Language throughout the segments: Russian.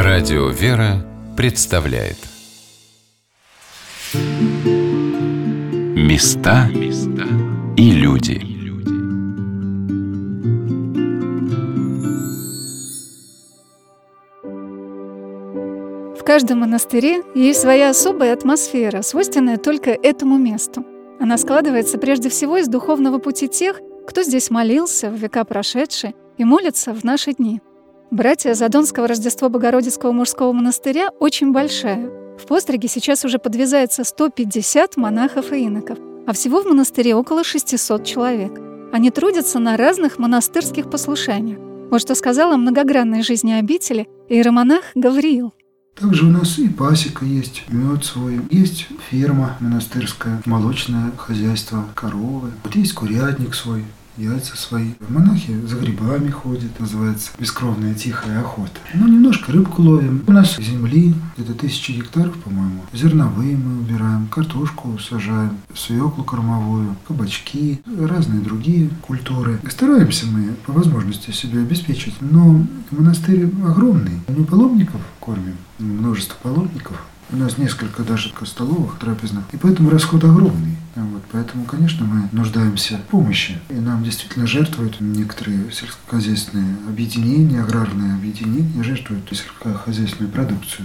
Радио «Вера» представляет Места и люди. В каждом монастыре есть своя особая атмосфера, свойственная только этому месту. Она складывается прежде всего из духовного пути тех, кто здесь молился в века прошедшие и молится в наши дни. Братья Задонского Рождество-Богородицкого мужского монастыря очень большая. В постриге сейчас уже подвязается 150 монахов и иноков, а всего в монастыре около 600 человек. Они трудятся на разных монастырских послушаниях. Вот что сказал о многогранной жизни обители иеромонах Гавриил. Также у нас и пасека есть, мед свой, есть ферма монастырская, молочное хозяйство, коровы. Вот есть курятник свой, яйца свои. Монахи за грибами ходят, называется бескровная тихая охота. Ну, немножко рыбку ловим. У нас земли, где-то 1000 гектаров, по-моему. Зерновые мы убираем, картошку сажаем, свеклу кормовую, кабачки, разные другие культуры. Стараемся мы по возможности себя обеспечить, но монастырь огромный. Мы паломников кормим, множество паломников. У нас несколько даже столовых, трапезных, и поэтому расход огромный. Вот, поэтому, конечно, мы нуждаемся в помощи. И нам действительно жертвуют некоторые сельскохозяйственные объединения, аграрные объединения, жертвуют сельскохозяйственную продукцию.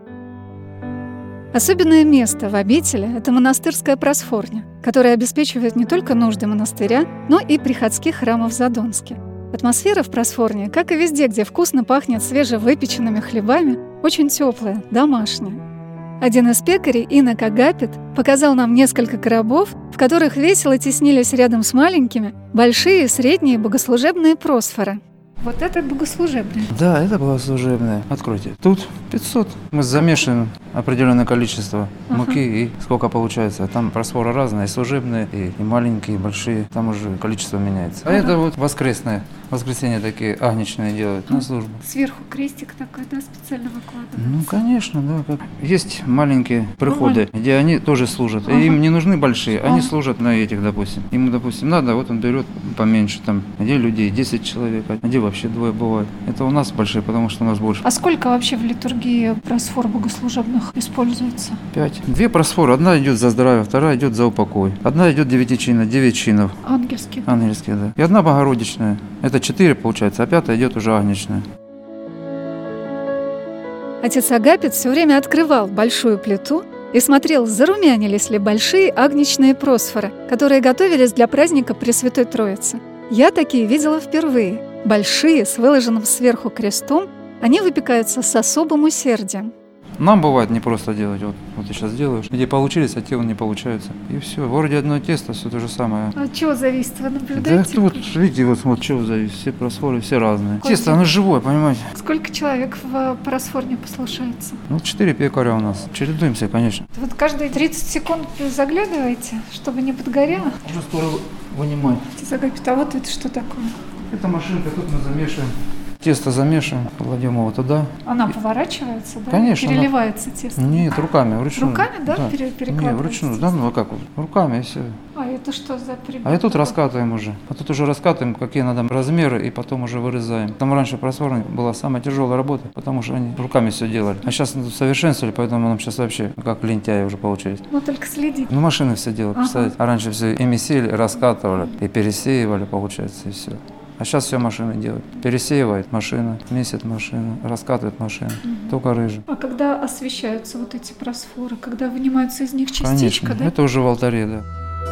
Особенное место в обители – это монастырская просфорня, которая обеспечивает не только нужды монастыря, но и приходских храмов в Задонске. Атмосфера в просфорне, как и везде, где вкусно пахнет свежевыпеченными хлебами, очень теплая, домашняя. Один из пекарей, инок Агапит, показал нам несколько коробов, в которых весело теснились рядом с маленькими большие и средние богослужебные просфоры. Вот это богослужебное. Да, это богослужебное. Откройте. Тут 500. Мы замешиваем определенное количество муки, и сколько получается. Там просфоры разные, и служебные, и маленькие, и большие. Там уже количество меняется. А это вот воскресное. В воскресенье такие агнечные делают на службу. Сверху крестик такой, да, специально выкладывается? Ну, конечно, да. Есть маленькие приходы, где они тоже служат. И им не нужны большие, они служат на этих, допустим. Ему, допустим, надо, вот он берет поменьше, там, где людей 10 человек, а где вообще 2 бывает. Это у нас большие, потому что у нас больше. А сколько вообще в литургии просфор богослужебных используется? 5. 2 просфоры. Одна идет за здравие, вторая идет за упокой. Одна идет 9 чинов. Ангельские. Ангельские, да. И одна богородичная. Это 4 получается, а 5 идет уже агнечная. Отец Агапит все время открывал большую плиту и смотрел, зарумянились ли большие агнечные просфоры, которые готовились для праздника Пресвятой Троицы. Я такие видела впервые. Большие, с выложенным сверху крестом, они выпекаются с особым усердием. Нам бывает не просто делать. Вот ты сейчас делаешь, где получились, а те не получаются. И все. Вроде одно тесто, все то же самое. А от чего зависит? Вы наблюдаете? Да, вот видите, вот чего зависит. Все просфоры, все разные. Тесто, оно живое, понимаете. Сколько человек в просфорне послушается? 4 пекаря у нас. Чередуемся, конечно. Вот каждые 30 секунд заглядываете, чтобы не подгорело? Уже скоро вынимать. А вот это что такое? Это машинка, тут мы замешиваем. Тесто замешиваем, кладем его туда. Она поворачивается, да? Конечно. Переливается тесто? Нет, руками, вручную. Руками, да? Перекладывается? Нет, вручную, да, ну а как? Руками и все. А это что за прибор? А и тут раскатываем уже. А тут уже раскатываем, какие надо размеры, и потом уже вырезаем. Там раньше просфорная была самая тяжелая работа, потому что они руками все делали. А сейчас совершенствовали, поэтому нам сейчас вообще как лентяи уже получились. Ну только следить. Ну машины все делают, представляете. А раньше все и месили, раскатывали, и пересеивали, получается, и все. А сейчас все машины делают. Пересеивает машина, месит машина, раскатывает машина. Только рыжий. А когда освещаются вот эти просфоры, когда вынимаются из них частичка, конечно, да? Это уже в алтаре, да.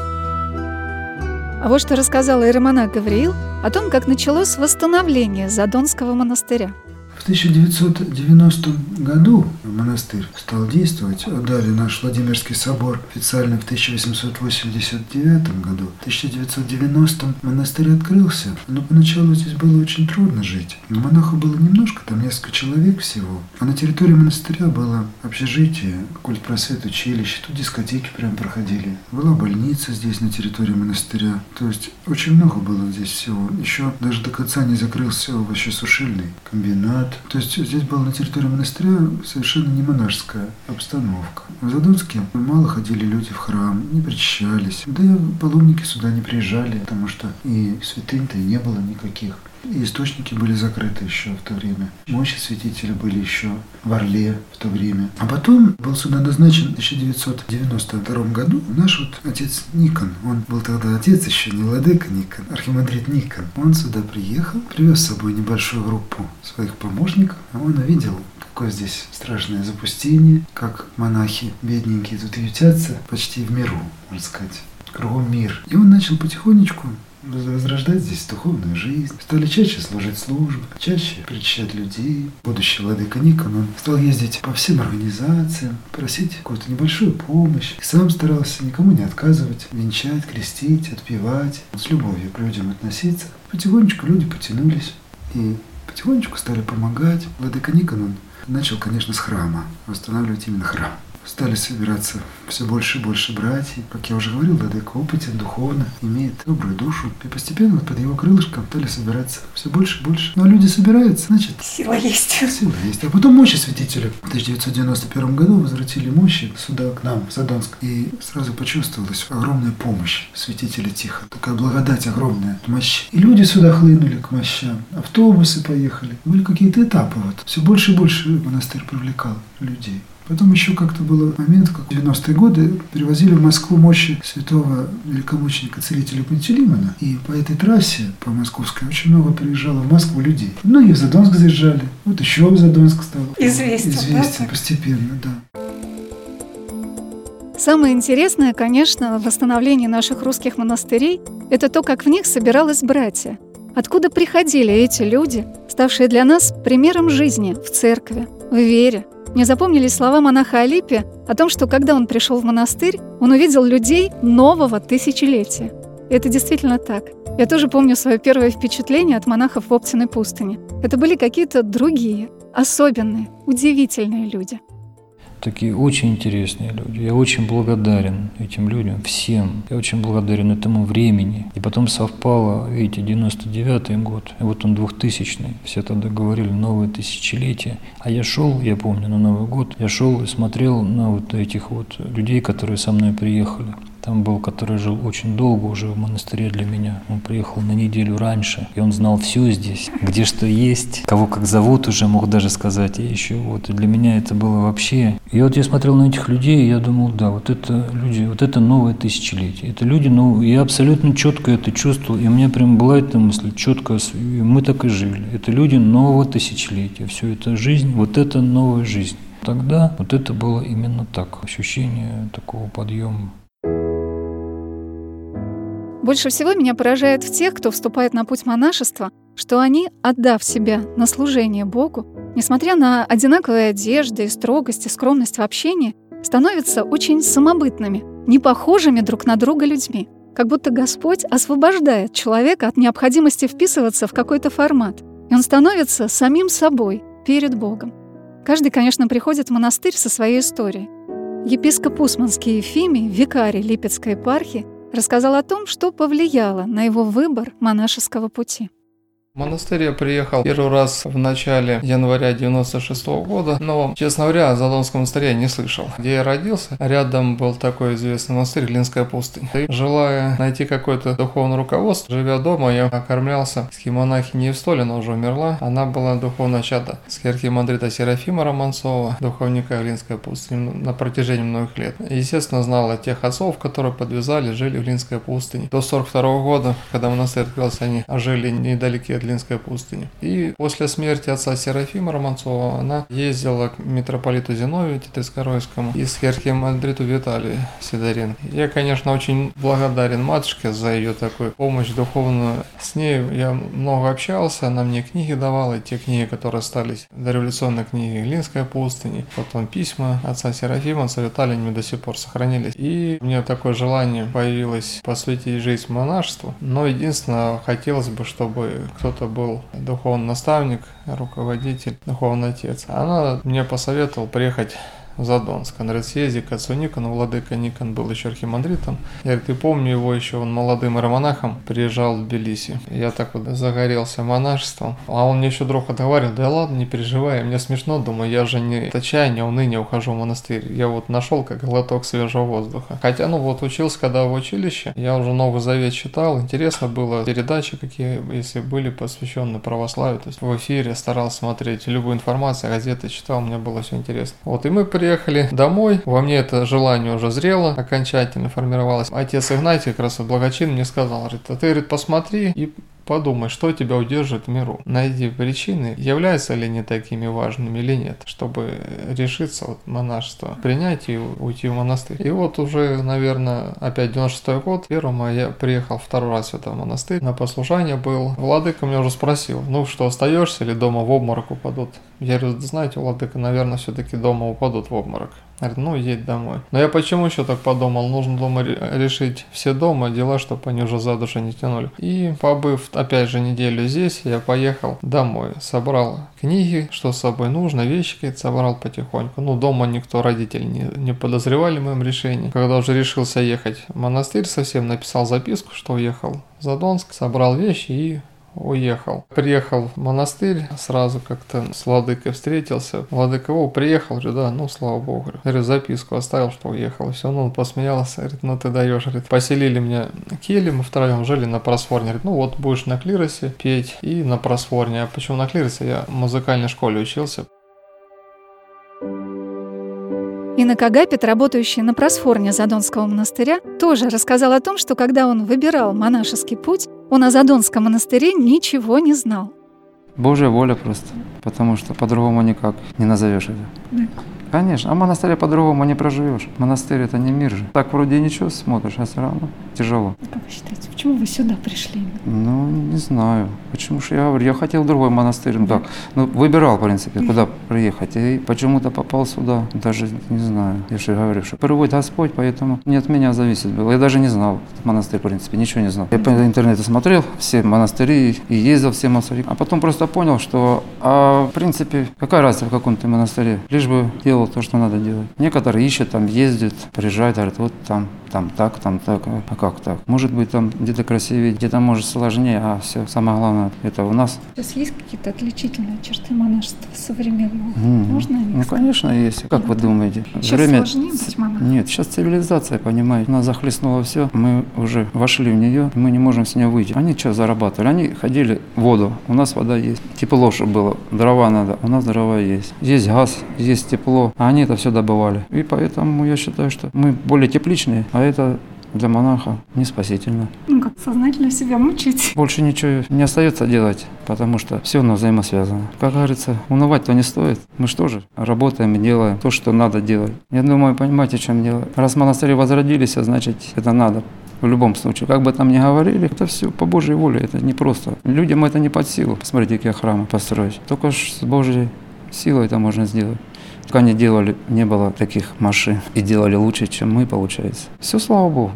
А вот что рассказал иеромонах Гавриил о том, как началось восстановление Задонского монастыря. В 1990 году монастырь стал действовать, отдали наш Владимирский собор официально в 1889 году. В 1990 монастырь открылся, но поначалу здесь было очень трудно жить. Монахов было немножко, там несколько человек всего. А на территории монастыря было общежитие, культпросвет, училище, тут дискотеки прям проходили. Была больница здесь на территории монастыря. То есть очень много было здесь всего. Еще даже до конца не закрылся овощесушильный комбинат. То есть здесь была на территории монастыря совершенно не монашеская обстановка. В Задонске мало ходили люди в храм, не причащались. Да и паломники сюда не приезжали, потому что и святынь-то и не было никаких. И источники были закрыты еще в то время. Мощи святителя были еще в Орле в то время. А потом был сюда назначен в 1992 году наш отец Никон. Он был тогда отец еще, не владыка Никон, архимандрит Никон. Он сюда приехал, привез с собой небольшую группу своих помощников. А он увидел, какое здесь страшное запустение, как монахи бедненькие тут ютятся почти в миру, можно сказать. Кругом мир. И он начал потихонечку возрождать здесь духовную жизнь. Стали чаще служить службы, чаще причащать людей. Будущий владыка Никон, он стал ездить по всем организациям, просить какую-то небольшую помощь. И сам старался никому не отказывать, венчать, крестить, отпевать, с любовью к людям относиться. Потихонечку люди потянулись и потихонечку стали помогать. Владыка Никон, он начал, конечно, с храма, восстанавливать именно храм. Стали собираться все больше и больше братьев. Как я уже говорил, владыка опытен духовно, имеет добрую душу. И постепенно под его крылышком стали собираться все больше и больше. Ну а люди собираются, значит... Сила есть. Сила есть. А потом мощи святителя в 1991 году возвратили мощи сюда, к нам, в Задонск. И сразу почувствовалась огромная помощь святителя Тихона. Такая благодать огромная мощи. И люди сюда хлынули к мощам. Автобусы поехали. Были какие-то этапы. Все больше и больше монастырь привлекал людей. Потом еще как-то был момент, как в 90-е годы привозили в Москву мощи святого великомученика целителя Пантелеймона. И по этой трассе, по московской, очень много приезжало в Москву людей. Ну и в Задонск заезжали. Вот еще в Задонск стал известен постепенно, да. Самое интересное, конечно, в восстановлении наших русских монастырей – это то, как в них собиралось братья. Откуда приходили эти люди, ставшие для нас примером жизни в церкви, в вере. Мне запомнились слова монаха Алипия о том, что когда он пришел в монастырь, он увидел людей нового тысячелетия. И это действительно так. Я тоже помню свое первое впечатление от монахов в Оптиной пустыне. Это были какие-то другие, особенные, удивительные люди. Такие очень интересные люди. Я очень благодарен этим людям, всем. Я очень благодарен этому времени. И потом совпало, видите, 99-й год, и вот он 2000-й. Все тогда говорили новое тысячелетие. А я шел, я помню, на Новый год, я шел и смотрел на вот этих вот людей, которые со мной приехали. Там был, который жил очень долго уже в монастыре для меня. Он приехал на неделю раньше, и он знал все здесь, где что есть, кого как зовут уже, мог даже сказать. И еще вот, и для меня это было вообще... И вот я смотрел на этих людей, и я думал, да, вот это люди, вот это новое тысячелетие. Это люди, ну, я абсолютно четко это чувствовал, и у меня прям была эта мысль четко, и мы так и жили. Это люди нового тысячелетия. Все это жизнь, вот это новая жизнь. Тогда вот это было именно так, ощущение такого подъема. Больше всего меня поражает в тех, кто вступает на путь монашества, что они, отдав себя на служение Богу, несмотря на одинаковые одежды и строгость и скромность в общении, становятся очень самобытными, не похожими друг на друга людьми. Как будто Господь освобождает человека от необходимости вписываться в какой-то формат. И он становится самим собой перед Богом. Каждый, конечно, приходит в монастырь со своей историей. Епископ Усманский Ефимий, викарий Липецкой епархии, рассказал о том, что повлияло на его выбор монашеского пути. В монастырь я приехал первый раз в начале января 96 года, но, честно говоря, о Задонском монастыре я не слышал. Где я родился, рядом был такой известный монастырь Глинская пустынь. И, желая найти какое-то духовное руководство, живя дома, я окормлялся с монахиней Евстоль, она уже умерла. Она была духовная чада с архимандрита Серафима Романцова, духовника Глинской пустыни, на протяжении многих лет. И, естественно, знала тех отцов, которые подвязали, жили в Глинской пустыне. До 42 года, когда монастырь открылся, они жили недалеко от Глинской пустыни. И после смерти отца Серафима Романцова она ездила к митрополиту Зиновию Титрицко-Ройскому и с архимандриту Виталию Сидоренко. Я, конечно, очень благодарен матушке за ее такую помощь духовную. С ней я много общался, она мне книги давала, и те книги, которые остались, дореволюционные книги Глинской пустыни, потом письма отца Серафима, отца Виталия, они до сих пор сохранились. И у меня такое желание появилось посвятить жизнь монашеству, но единственное, хотелось бы, чтобы кто-то был духовный наставник, руководитель, духовный отец. Она мне посоветовала приехать Задонск. Он говорит, съезди к отцу Никону, владыка Никон был еще архимандритом. Я говорит, и помню его еще, он молодым иеромонахом приезжал в Тбилиси. Я так вот загорелся монашеством. А он мне еще друг отговаривал, да ладно, не переживай, мне смешно, думаю, я же не от отчаяния, уныния ухожу в монастырь. Я вот нашел как глоток свежего воздуха. Хотя, вот учился, когда в училище, я уже Новый Завет читал, интересно было передачи, какие, если были посвящены православию, то есть в эфире старался смотреть любую информацию, газеты читал, мне было все интересно. Вот, и мы приехали домой, во мне это желание уже зрело, окончательно формировалось. Отец Игнатий, как раз благочин, мне сказал, говорит, а ты, говорит, посмотри и подумай, что тебя удержит в миру. Найди причины, являются ли они такими важными или нет, чтобы решиться вот монашество принять и уйти в монастырь. И вот уже, наверное, опять 96-й год, 1 мая я приехал второй раз в этот монастырь, на послушание был. Владыка меня уже спросил, что остаешься или дома в обморок упадут? Я говорю, знаете, владыка, наверное, все-таки дома упадут в обморок. Говорит, едь домой. Но я почему еще так подумал? Нужно дома решить все дома дела, чтобы они уже за душу не тянули. И побыв опять же неделю здесь, я поехал домой. Собрал книги, что с собой нужно, вещи какие-то собрал потихоньку. Дома никто, родители не подозревали в моем решении. Когда уже решился ехать в монастырь, совсем написал записку, что уехал в Задонск, собрал вещи и уехал. Приехал в монастырь, сразу как-то с владыкой встретился. Владыка, приехал, говорю, да, слава богу. Говорю, записку оставил, что уехал. И все, он посмеялся, говорит, ты даешь. Говорит, поселили меня келье, мы втроем жили на Просфорне. Говорит, будешь на клиросе петь и на Просфорне. А почему на клиросе? Я в музыкальной школе учился. Инок Агапит, работающий на Просфорне Задонского монастыря, тоже рассказал о том, что когда он выбирал монашеский путь, он о Задонском монастыре ничего не знал. Божья воля просто, потому что по-другому никак не назовешь это. Да. Конечно, а в монастыре по-другому не проживешь. Монастырь — это не мир же. Так вроде ничего смотришь, а все равно тяжело. Как вы считаете, почему вы сюда пришли? Не знаю. Почему же я говорю, я хотел в другой монастырь. Да. Выбирал, в принципе, куда приехать. И почему-то попал сюда. Даже не знаю. Я же говорю, что приводит Господь, поэтому не от меня зависит было. Я даже не знал монастырь, в принципе, ничего не знал. Я по интернету смотрел все монастыри и ездил в все монастыри. А потом просто понял, что, в принципе, какая разница в каком-то монастыре. Лишь бы делал то, что надо делать. Некоторые ищут, ездят, приезжают, говорят, вот там так, а как так? Может быть, там где-то красивее, где-то, может, сложнее, а все, самое главное, это у нас. Сейчас есть какие-то отличительные черты монашества современного? Можно? Конечно, есть. Как вы думаете? Сейчас сложнее быть монахом? Нет, сейчас цивилизация, понимаете, нас захлестнуло все, мы уже вошли в нее, мы не можем с нее выйти. Они что зарабатывали? Они ходили в воду, у нас вода есть, тепло, чтобы было, дрова надо, у нас дрова есть, есть газ, есть тепло, а они это все добывали. И поэтому я считаю, что мы более тепличные, а это для монаха не спасительно. Как сознательно себя мучить. Больше ничего не остается делать, потому что все у нас взаимосвязано. Как говорится, унывать-то не стоит. Мы что же работаем и делаем то, что надо делать. Я думаю, понимаете, в чем дело. Раз монастыри возродились, значит, это надо. В любом случае, как бы там ни говорили, это все по Божьей воле, это не просто. Людям это не под силу. Посмотрите, какие храмы построить. Только с Божьей силой это можно сделать. Пока не делали, не было таких машин. И делали лучше, чем мы, получается. Все, слава Богу.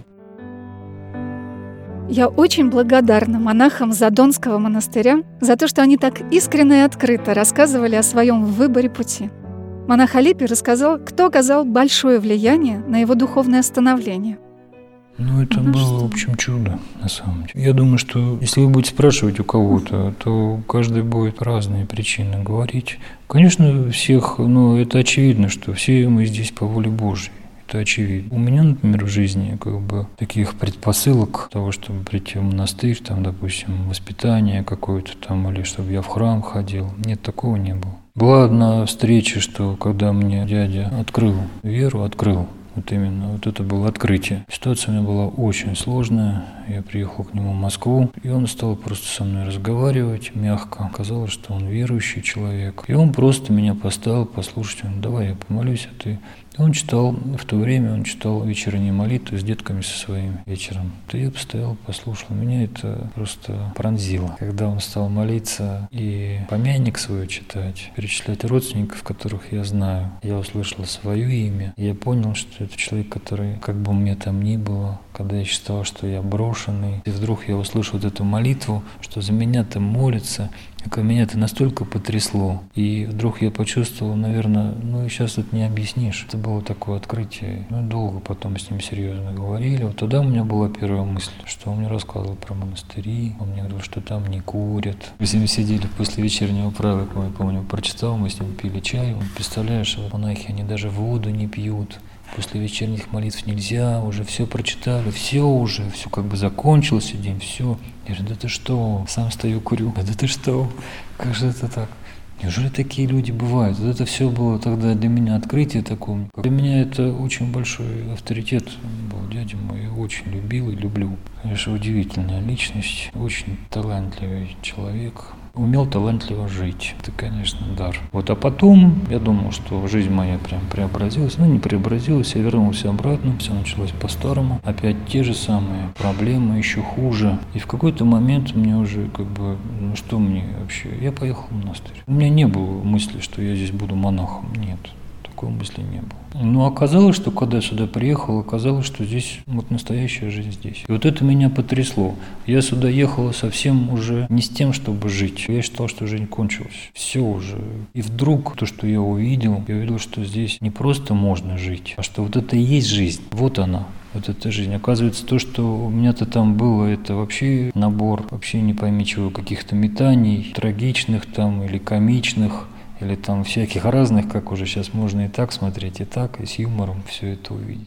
Я очень благодарна монахам Задонского монастыря за то, что они так искренне и открыто рассказывали о своем выборе пути. Монах Алипий рассказал, кто оказал большое влияние на его духовное становление. Это было, в общем, чудо, на самом деле. Я думаю, что если вы будете спрашивать у кого-то, то каждый будет разные причины говорить. Конечно, всех, это очевидно, что все мы здесь по воле Божьей. Это очевидно. У меня, например, в жизни таких предпосылок того, чтобы прийти в монастырь, допустим, воспитание какое-то или чтобы я в храм ходил, нет, такого не было. Была одна встреча, что когда мне дядя открыл веру, это было открытие. Ситуация у меня была очень сложная. Я приехал к нему в Москву, и он стал просто со мной разговаривать мягко. Оказалось, что он верующий человек. И он просто меня поставил послушать. Он: давай я помолюсь, а ты... И он читал, в то время он читал вечерние молитвы с детками со своими вечером. То я постоял, послушал. Меня это просто пронзило. Когда он стал молиться и помянник свой читать, перечислять родственников, которых я знаю, я услышал свое имя. Я понял, что что это человек, который, как бы мне там ни было, когда я считал, что я брошенный, и вдруг я услышал вот эту молитву, что за меня там молится, и меня это настолько потрясло. И вдруг я почувствовал, наверное, и сейчас это не объяснишь. Это было такое открытие. Долго потом с ним серьезно говорили. Вот тогда у меня была первая мысль, что он мне рассказывал про монастыри, он мне говорил, что там не курят. Мы с ним сидели после вечернего правила, я помню, прочитал, мы с ним пили чай. Представляешь, вот монахи, они даже воду не пьют. После вечерних молитв нельзя, уже все прочитали, все как бы закончился день, все. Я говорю, да ты что, сам стою, курю. Да ты что, как же это так? Неужели такие люди бывают? Вот это все было тогда для меня открытие такое. Для меня это очень большой авторитет был дядя мой, я очень любил и люблю. Конечно, удивительная личность, очень талантливый человек. Умел талантливо жить. Это, конечно, дар. А потом я думал, что жизнь моя прям преобразилась. Не преобразилась, я вернулся обратно, все началось по-старому. Опять те же самые проблемы, еще хуже. И в какой-то момент мне уже что мне вообще? Я поехал в монастырь. У меня не было мысли, что я здесь буду монахом. Нет. Такой мысли не было. Но оказалось, что когда я сюда приехал, оказалось, что здесь настоящая жизнь здесь. И это меня потрясло. Я сюда ехал совсем уже не с тем, чтобы жить. Я считал, что жизнь кончилась. Все уже. И вдруг то, что я увидел, что здесь не просто можно жить, а что это и есть жизнь. Вот она. Вот эта жизнь. Оказывается, то, что у меня-то там было, это вообще набор, вообще не пойми чего, каких-то метаний, трагичных там или комичных, или там всяких разных, как уже сейчас можно и так смотреть, и так, и с юмором все это увидеть.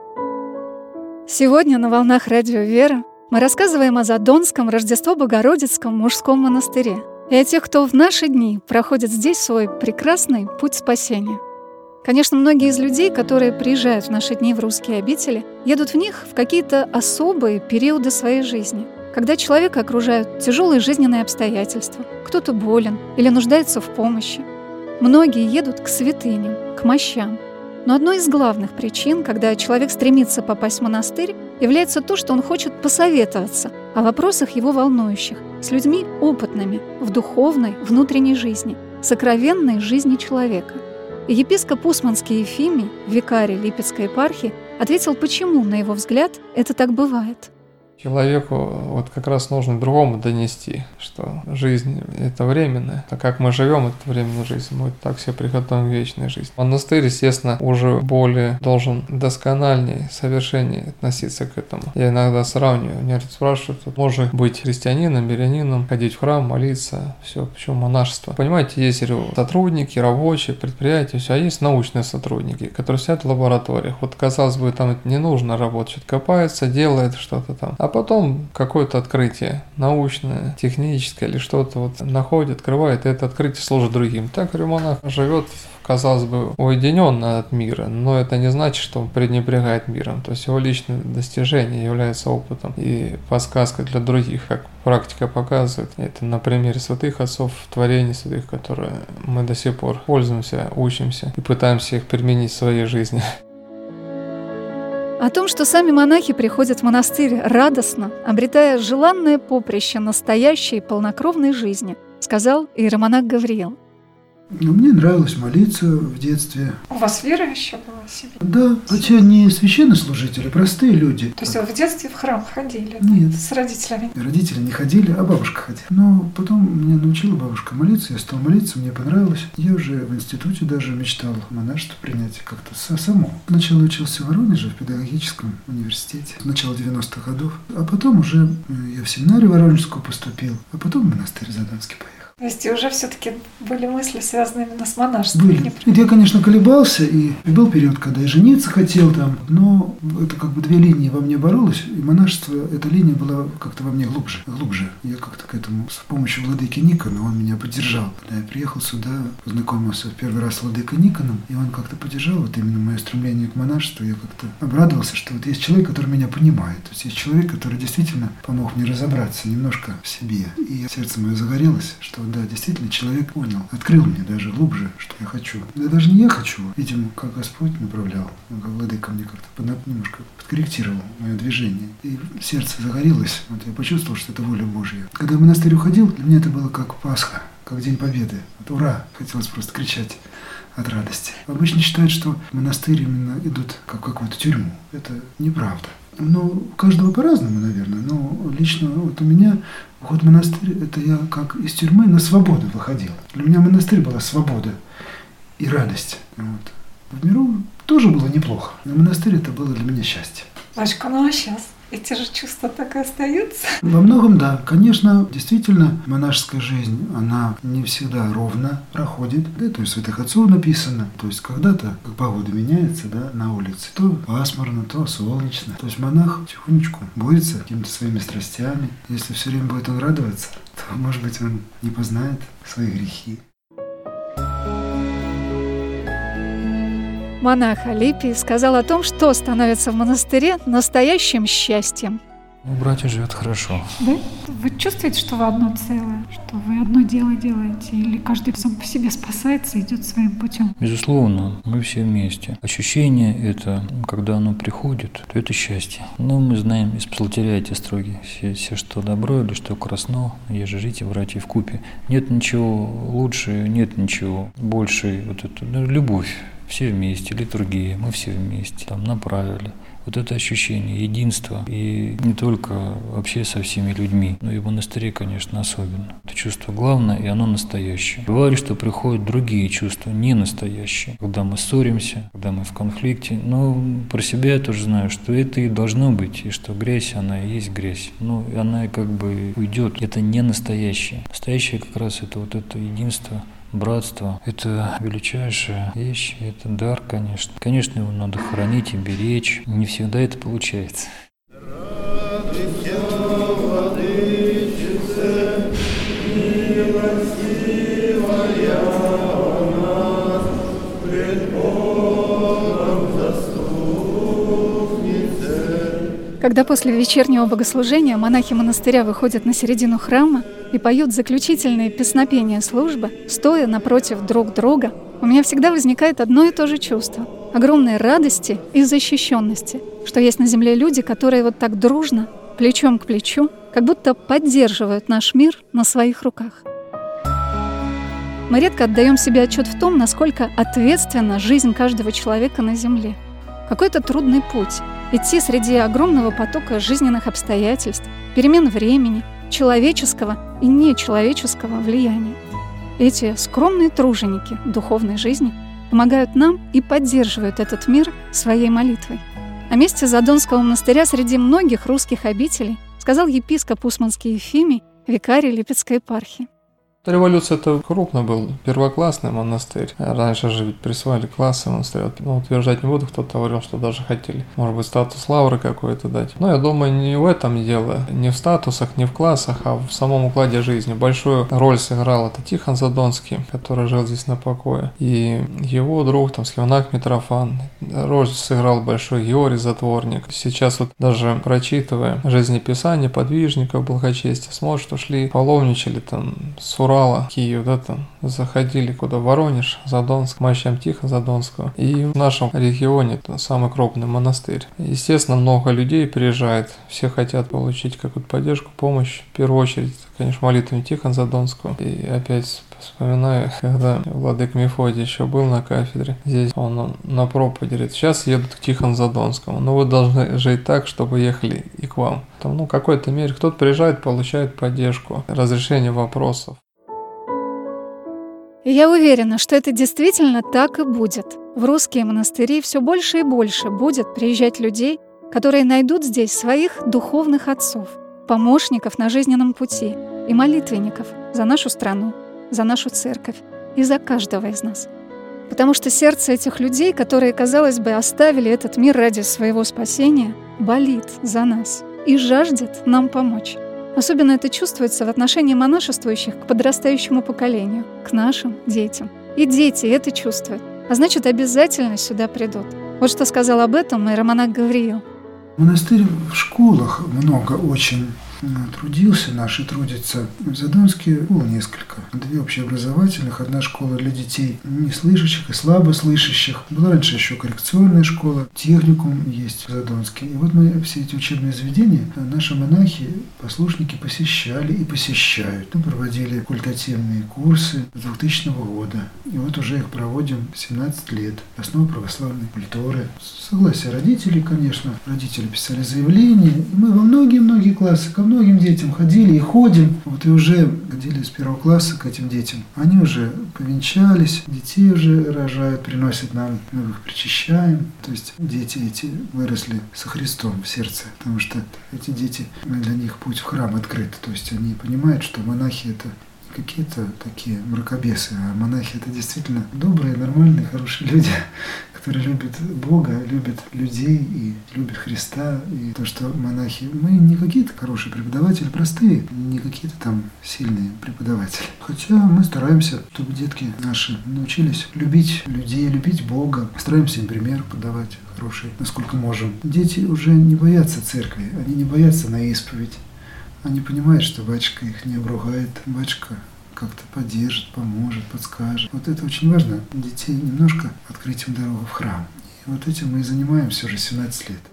Сегодня на «Волнах Радио Вера» мы рассказываем о Задонском Рождество-Богородицком мужском монастыре и о тех, кто в наши дни проходит здесь свой прекрасный путь спасения. Конечно, многие из людей, которые приезжают в наши дни в русские обители, едут в них в какие-то особые периоды своей жизни, когда человека окружают тяжелые жизненные обстоятельства, кто-то болен или нуждается в помощи. Многие едут к святыням, к мощам. Но одной из главных причин, когда человек стремится попасть в монастырь, является то, что он хочет посоветоваться о вопросах его волнующих с людьми опытными в духовной, внутренней жизни, сокровенной жизни человека. И епископ Усманский Ефимий, викарий Липецкой епархии, ответил, почему, на его взгляд, это так бывает. Человеку как раз нужно другому донести, что жизнь – это временная. А как мы живем, это временная жизнь. Мы так все приготовим к вечной жизни. Монастырь, естественно, уже более должен доскональнее, совершеннее относиться к этому. Я иногда сравниваю. Меня спрашивают, может быть христианином, мирянином, ходить в храм, молиться, все, почему монашество. Понимаете, есть сотрудники, рабочие, предприятия, все, а есть научные сотрудники, которые сидят в лабораториях. Казалось бы, там это не нужно работать, что-то копается, делает что-то там. А потом какое-то открытие научное, техническое или что-то находит, открывает, и это открытие служит другим. Так, монах живет, казалось бы, уединенно от мира, но это не значит, что он пренебрегает миром. То есть его личное достижение является опытом и подсказкой для других, как практика показывает. Это на примере святых отцов, творений святых, которые мы до сих пор пользуемся, учимся и пытаемся их применить в своей жизни. О том, что сами монахи приходят в монастырь радостно, обретая желанное поприще настоящей полнокровной жизни, сказал иеромонах Гавриил. Мне нравилось молиться в детстве. У вас вера еще была себе? Да, хотя не священнослужители, простые люди. То есть вы в детстве в храм ходили? Нет. С родителями? Родители не ходили, а бабушка ходила. Но потом меня научила бабушка молиться, я стал молиться, мне понравилось. Я уже в институте даже мечтал монашество принять как-то само. Сначала учился в Воронеже, в педагогическом университете, с начала 90-х годов. А потом уже я в семинарию Воронежскую поступил, а потом в монастырь Задонский поехал. То есть уже все-таки были мысли, связанные именно с монашеством? Были. Я, конечно, колебался, и был период, когда я жениться хотел там, но это две линии во мне боролось, и монашество, эта линия была как-то во мне глубже. Я как-то к этому с помощью владыки Никона, он меня поддержал. Когда я приехал сюда, познакомился в первый раз с владыкой Никоном, и он как-то поддержал именно мое стремление к монашеству. Я как-то обрадовался, что есть человек, который меня понимает. То есть человек, который действительно помог мне разобраться немножко в себе. И сердце мое загорелось, что да, действительно, человек понял, открыл мне даже глубже, что я хочу. Да даже не я хочу, видимо, как Господь направлял, как владыка мне как-то немножко подкорректировал мое движение. И сердце загорелось, я почувствовал, что это воля Божья. Когда в монастырь уходил, для меня это было как Пасха, как День Победы. Ура! Хотелось просто кричать. от радости. Обычно считают, что монастыри именно идут как в какую-то тюрьму. Это неправда. Ну, у каждого по-разному, наверное, но лично вот у меня вход в монастырь, это я как из тюрьмы на свободу выходил. Для меня монастырь была свобода и радость. Вот. В миру тоже было неплохо, но монастырь это было для меня счастье. Васька, ну а сейчас? Эти же чувства так и остаются? Во многом да. Конечно, действительно, монашеская жизнь, она не всегда ровно проходит. Да, то есть святых отцов написано. То есть когда-то погода меняется, да, на улице. То пасмурно, то солнечно. То есть монах тихонечку борется с какими-то своими страстями. Если все время будет он радоваться, то, может быть, он не познает свои грехи. Монах Алипий сказал о том, что становится в монастыре настоящим счастьем. У братьев живет хорошо. Да? Вы чувствуете, что вы одно целое, что вы одно дело делаете, или каждый сам по себе спасается и идет своим путем? Безусловно, мы все вместе. Ощущение это, когда оно приходит, то это счастье. Но мы знаем из псалтиря эти строги. Все, что добро или что красно, еже жите, братья, вкупе. Нет ничего лучше, нет ничего больше. Вот это, любовь. Все вместе, литургия, мы все вместе, там направили. Вот это ощущение единства, и не только вообще со всеми людьми, но и в монастыре, конечно, особенно. Это чувство главное, и оно настоящее. Бывает, что приходят другие чувства, не настоящие, когда мы ссоримся, когда мы в конфликте. Но про себя я тоже знаю, что это и должно быть, и что грязь, она и есть грязь. Но она как бы уйдет. Это не настоящее. Настоящее как раз это вот это единство, братство – это величайшая вещь, это дар, конечно. Конечно, его надо хранить и беречь. Не всегда это получается. Когда после вечернего богослужения монахи монастыря выходят на середину храма и поют заключительные песнопения службы, стоя напротив друг друга, у меня всегда возникает одно и то же чувство – огромной радости и защищенности, что есть на земле люди, которые вот так дружно, плечом к плечу, как будто поддерживают наш мир на своих руках. Мы редко отдаем себе отчет в том, насколько ответственна жизнь каждого человека на земле. Какой-то трудный путь – идти среди огромного потока жизненных обстоятельств, перемен времени, человеческого и нечеловеческого влияния. Эти скромные труженики духовной жизни помогают нам и поддерживают этот мир своей молитвой. О месте Задонского монастыря среди многих русских обителей сказал епископ Усманский Ефимий, викарий Липецкой епархии. Революция это крупно был, первоклассный монастырь. Раньше же ведь присваивали классы монастыря. Утверждать не буду, кто-то говорил, что даже хотели, может быть, статус лавры какой-то дать. Но я думаю, не в этом дело, не в статусах, не в классах, а в самом укладе жизни. Большую роль сыграл это Тихон Задонский, который жил здесь на покое. И его друг, схимонах Митрофан, роль сыграл большой Георгий Затворник. Сейчас вот даже прочитывая жизнеписание подвижников благочестия, смотришь, что шли, паломничали с Урала, Киев, заходили куда? Воронеж, Задонск, мощам Тихона Задонского. И в нашем регионе это самый крупный монастырь. Естественно, много людей приезжает, все хотят получить какую-то поддержку, помощь. В первую очередь, конечно, молитвами Тихона Задонского. И опять вспоминаю, когда владыка Мефодий еще был на кафедре, здесь он на проповеди говорит: сейчас едут к Тихону Задонскому, но вы должны жить так, чтобы ехали и к вам. В какой-то мере кто-то приезжает, получает поддержку, разрешение вопросов. И я уверена, что это действительно так и будет. В русские монастыри все больше и больше будет приезжать людей, которые найдут здесь своих духовных отцов, помощников на жизненном пути и молитвенников за нашу страну, за нашу церковь и за каждого из нас. Потому что сердце этих людей, которые, казалось бы, оставили этот мир ради своего спасения, болит за нас и жаждет нам помочь. Особенно это чувствуется в отношении монашествующих к подрастающему поколению, к нашим детям. И дети это чувствуют, а значит, обязательно сюда придут. Вот что сказал об этом иеромонах Гавриил. Монастырь в школах много очень трудился наш и трудится. В Задонске было несколько. 2 общеобразовательных, 1 школа для детей неслышащих и слабослышащих. Была раньше еще коррекционная школа, техникум есть в Задонске. И вот мы все эти учебные заведения, наши монахи, послушники посещали и посещают. Мы проводили факультативные курсы с 2000 года. И вот уже их проводим 17 лет. Основа православной культуры. Согласие родителей, конечно. Родители писали заявление. И мы во многие классы, ко многим детям ходили и ходим. Вот и уже ходили с 1 класса к этим детям. Они уже повенчались, детей уже рожают, приносят нам, мы их причащаем. То есть дети эти выросли со Христом в сердце, потому что эти дети, для них путь в храм открыт. То есть они понимают, что монахи — это какие-то такие мракобесы, а монахи — это действительно добрые, нормальные, хорошие люди, которые любят Бога, любят людей и любят Христа. И то, что монахи, мы не какие-то хорошие преподаватели, простые, не какие-то там сильные преподаватели. Хотя мы стараемся, чтобы детки наши научились любить людей, любить Бога, стараемся им пример подавать хороший, насколько можем. Дети уже не боятся церкви, они не боятся на исповедь. Они понимают, что батюшка их не обругает, батюшка как-то поддержит, поможет, подскажет. Вот это очень важно, детей немножко открыть им дорогу в храм. И вот этим мы и занимаемся уже 17 лет.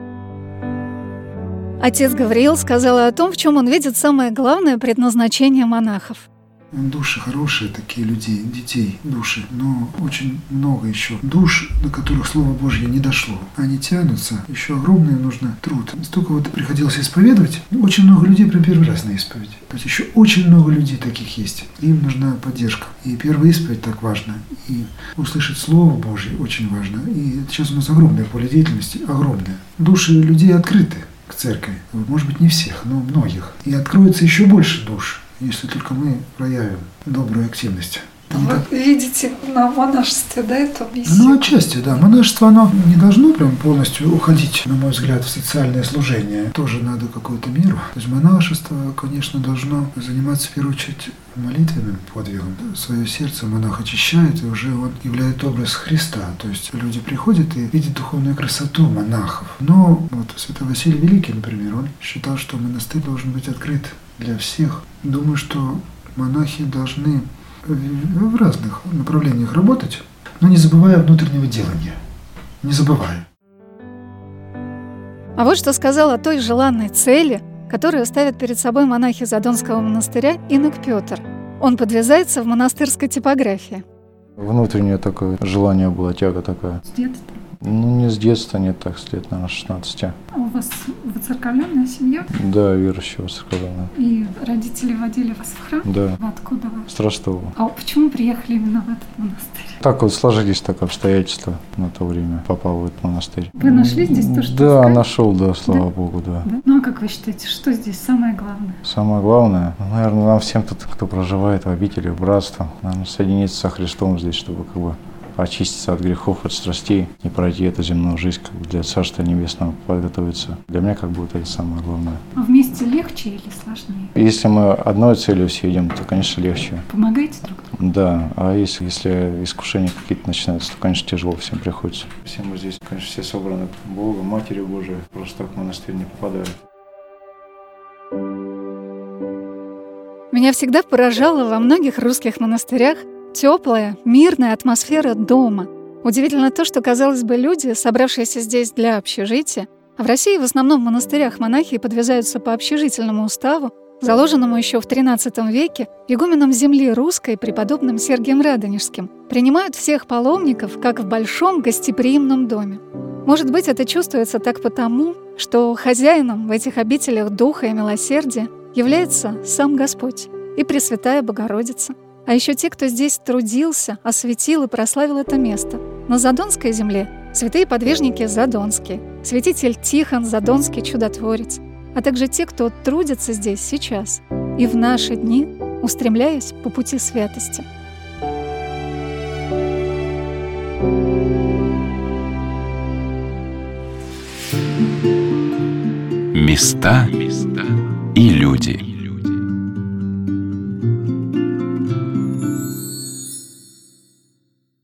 Отец Гавриил сказал о том, в чем он видит самое главное предназначение монахов. Души хорошие такие людей, детей, души, но очень много еще душ, до которых Слово Божье не дошло. Они тянутся, еще огромный нужно труд. Столько вот приходилось исповедовать, очень много людей прям первый раз на исповедь. То есть еще очень много людей таких есть, им нужна поддержка. И первая исповедь так важна, и услышать Слово Божье очень важно. И сейчас у нас огромное поле деятельности, огромное. Души людей открыты к церкви, может быть не всех, но многих. И откроется еще больше душ, если только мы проявим добрую активность. Вы видите на монашестве, да, эту миссию? Ну, отчасти, да. Монашество, оно не должно прям полностью уходить, на мой взгляд, в социальное служение. Тоже надо какую-то меру. То есть монашество, конечно, должно заниматься в первую очередь молитвенным подвигом. Свое сердце монах очищает, и уже он являет образ Христа. То есть люди приходят и видят духовную красоту монахов. Но вот святой Василий Великий, например, он считал, что монастырь должен быть открыт для всех. Думаю, что монахи должны в разных направлениях работать, но не забывая внутреннего делания. Не забывая. А вот что сказал о той желанной цели, которую ставят перед собой монахи Задонского монастыря инок Петр. Он подвязается в монастырской типографии. Внутреннее такое желание было, тяга такая. С детства? Ну, не с детства, нет, так, с лет, наверное, 16. А у вас воцерковленная семья? Да, верующая воцерковленная. И родители водили вас в храм? Да. Вы откуда вы? С Ростова. А почему приехали именно в этот монастырь? Так вот сложились так обстоятельства на то время, попал в этот монастырь. Вы нашли здесь то, что Да, искали? нашел, да, слава Богу, да. Да? Ну а как вы считаете, что здесь самое главное? Самое главное, наверное, нам всем тут, кто проживает в обители, в братстве, наверное, соединиться со Христом здесь, чтобы как бы очиститься от грехов, от страстей и пройти эту земную жизнь, как бы для Царства Небесного подготовиться. Для меня как бы это самое главное. А вместе легче или сложнее? Если мы одной целью все идем, то, конечно, легче. Помогаете друг другу? Да, а если искушения какие-то начинаются, то, конечно, тяжело всем приходится. Все мы здесь, конечно, все собраны Богом, Матерью Божией, просто так в монастырь не попадают. Меня всегда поражала во многих русских монастырях теплая, мирная атмосфера дома. Удивительно то, что, казалось бы, люди, собравшиеся здесь для общежития, а в России в основном в монастырях монахи подвязаются по общежительному уставу, заложенному еще в XIII веке игуменом земли русской преподобным Сергием Радонежским, принимают всех паломников, как в большом гостеприимном доме. Может быть, это чувствуется так потому, что хозяином в этих обителях духа и милосердия является сам Господь и Пресвятая Богородица. А еще те, кто здесь трудился, осветил и прославил это место. На Задонской земле святые подвижники Задонские, святитель Тихон Задонский чудотворец, а также те, кто трудится здесь сейчас и в наши дни, устремляясь по пути святости. Места и люди.